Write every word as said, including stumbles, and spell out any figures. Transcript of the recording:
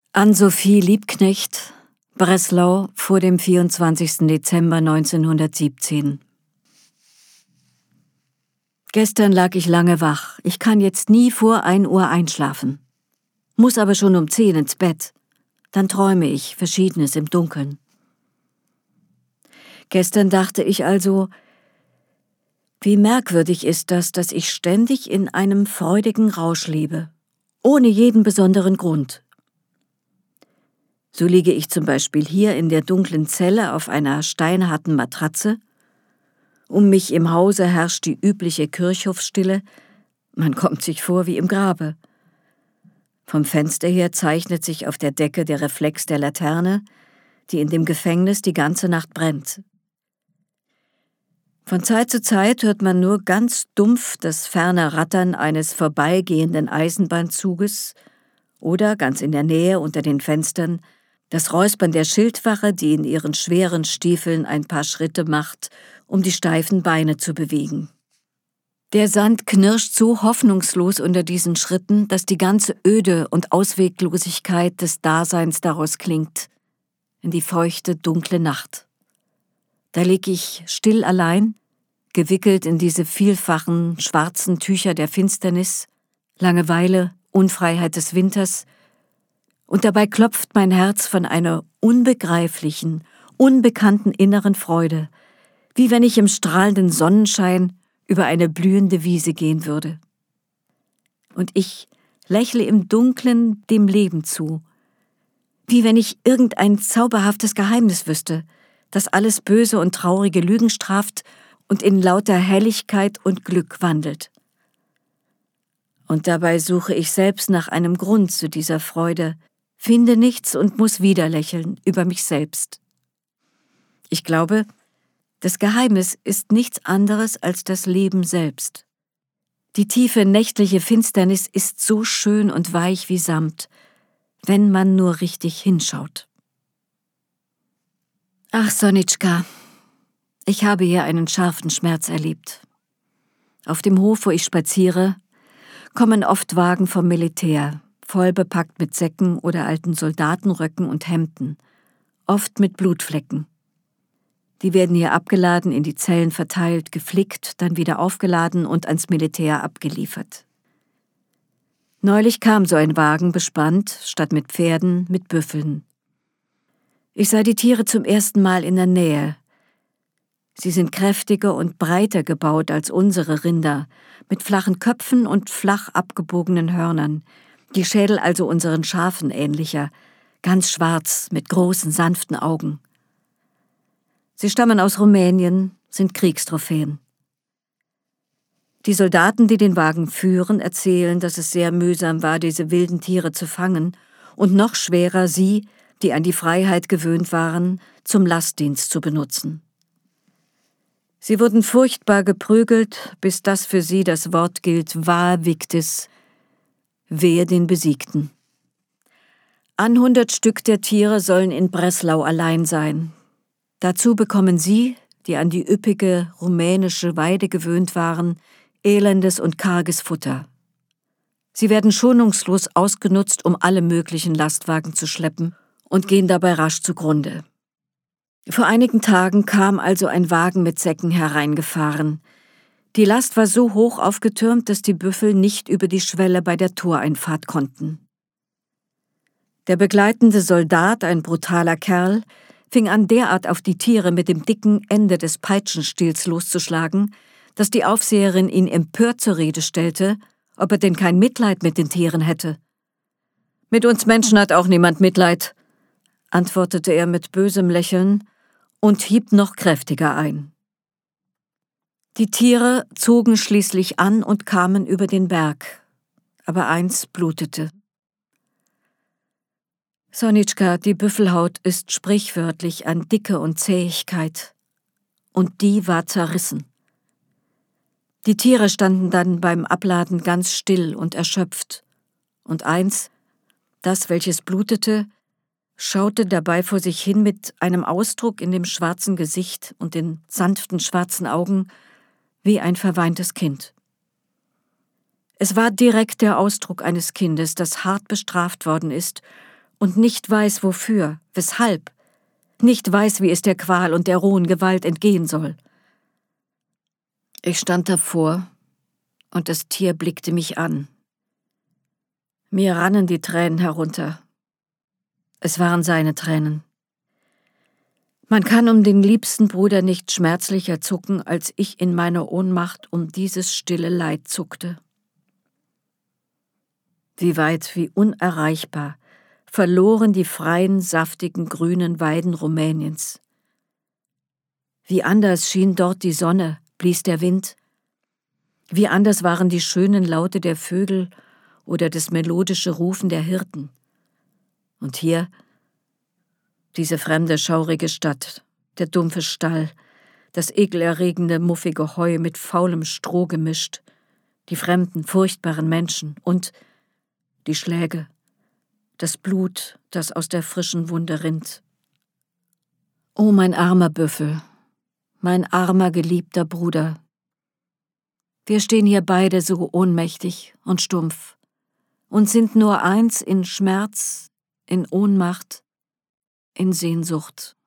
An Sophie Liebknecht, Breslau, vor dem vierundzwanzigsten Dezember neunzehnhundertsiebzehn. Gestern lag ich lange wach. Ich kann jetzt nie vor ein Uhr einschlafen. Muss aber schon um zehn ins Bett. Dann träume ich Verschiedenes im Dunkeln. Gestern dachte ich also, wie merkwürdig ist das, dass ich ständig in einem freudigen Rausch lebe, ohne jeden besonderen Grund. So liege ich zum Beispiel hier in der dunklen Zelle auf einer steinharten Matratze. Um mich im Hause herrscht die übliche Kirchhofsstille. Man kommt sich vor wie im Grabe. Vom Fenster her zeichnet sich auf der Decke der Reflex der Laterne, die in dem Gefängnis die ganze Nacht brennt. Von Zeit zu Zeit hört man nur ganz dumpf das ferne Rattern eines vorbeigehenden Eisenbahnzuges oder ganz in der Nähe unter den Fenstern das Räuspern der Schildwache, die in ihren schweren Stiefeln ein paar Schritte macht, um die steifen Beine zu bewegen. Der Sand knirscht so hoffnungslos unter diesen Schritten, dass die ganze Öde und Ausweglosigkeit des Daseins daraus klingt, in die feuchte, dunkle Nacht. Da lieg ich still allein, gewickelt in diese vielfachen schwarzen Tücher der Finsternis, Langeweile, Unfreiheit des Winters, und dabei klopft mein Herz von einer unbegreiflichen, unbekannten inneren Freude, wie wenn ich im strahlenden Sonnenschein über eine blühende Wiese gehen würde. Und ich lächle im Dunklen dem Leben zu, wie wenn ich irgendein zauberhaftes Geheimnis wüsste, das alles Böse und traurige Lügen straft und in lauter Helligkeit und Glück wandelt. Und dabei suche ich selbst nach einem Grund zu dieser Freude, finde nichts und muss wieder lächeln über mich selbst. Ich glaube, das Geheimnis ist nichts anderes als das Leben selbst. Die tiefe nächtliche Finsternis ist so schön und weich wie Samt, wenn man nur richtig hinschaut. Ach, Sonitschka, ich habe hier einen scharfen Schmerz erlebt. Auf dem Hof, wo ich spaziere, kommen oft Wagen vom Militär, voll bepackt mit Säcken oder alten Soldatenröcken und Hemden, oft mit Blutflecken. Die werden hier abgeladen, in die Zellen verteilt, geflickt, dann wieder aufgeladen und ans Militär abgeliefert. Neulich kam so ein Wagen bespannt, statt mit Pferden, mit Büffeln. Ich sah die Tiere zum ersten Mal in der Nähe. Sie sind kräftiger und breiter gebaut als unsere Rinder, mit flachen Köpfen und flach abgebogenen Hörnern, die Schädel also unseren Schafen ähnlicher, ganz schwarz, mit großen, sanften Augen. Sie stammen aus Rumänien, sind Kriegstrophäen. Die Soldaten, die den Wagen führen, erzählen, dass es sehr mühsam war, diese wilden Tiere zu fangen und noch schwerer, sie, die an die Freiheit gewöhnt waren, zum Lastdienst zu benutzen. Sie wurden furchtbar geprügelt, bis das für sie das Wort gilt, va victis, wehe den Besiegten. An hundert Stück der Tiere sollen in Breslau allein sein. Dazu bekommen sie, die an die üppige rumänische Weide gewöhnt waren, elendes und karges Futter. Sie werden schonungslos ausgenutzt, um alle möglichen Lastwagen zu schleppen und gehen dabei rasch zugrunde. Vor einigen Tagen kam also ein Wagen mit Säcken hereingefahren. Die Last war so hoch aufgetürmt, dass die Büffel nicht über die Schwelle bei der Toreinfahrt konnten. Der begleitende Soldat, ein brutaler Kerl, fing an, derart auf die Tiere mit dem dicken Ende des Peitschenstiels loszuschlagen, dass die Aufseherin ihn empört zur Rede stellte, ob er denn kein Mitleid mit den Tieren hätte. »Mit uns Menschen hat auch niemand Mitleid«, antwortete er mit bösem Lächeln und hieb noch kräftiger ein. Die Tiere zogen schließlich an und kamen über den Berg, aber eins blutete. Sonitschka, die Büffelhaut ist sprichwörtlich an Dicke und Zähigkeit, und die war zerrissen. Die Tiere standen dann beim Abladen ganz still und erschöpft, und eins, das, welches blutete, schaute dabei vor sich hin mit einem Ausdruck in dem schwarzen Gesicht und den sanften schwarzen Augen wie ein verweintes Kind. Es war direkt der Ausdruck eines Kindes, das hart bestraft worden ist und nicht weiß wofür, weshalb, nicht weiß, wie es der Qual und der rohen Gewalt entgehen soll. Ich stand davor, und das Tier blickte mich an. Mir rannen die Tränen herunter. Es waren seine Tränen. Man kann um den liebsten Bruder nicht schmerzlicher zucken, als ich in meiner Ohnmacht um dieses stille Leid zuckte. Wie weit, wie unerreichbar verloren die freien, saftigen, grünen Weiden Rumäniens. Wie anders schien dort die Sonne, blies der Wind. Wie anders waren die schönen Laute der Vögel oder das melodische Rufen der Hirten. Und hier diese fremde, schaurige Stadt, der dumpfe Stall, das ekelerregende, muffige Heu mit faulem Stroh gemischt, die fremden, furchtbaren Menschen und die Schläge, das Blut, das aus der frischen Wunde rinnt. O mein armer Büffel, mein armer, geliebter Bruder, wir stehen hier beide so ohnmächtig und stumpf und sind nur eins in Schmerz, in Ohnmacht, in Sehnsucht.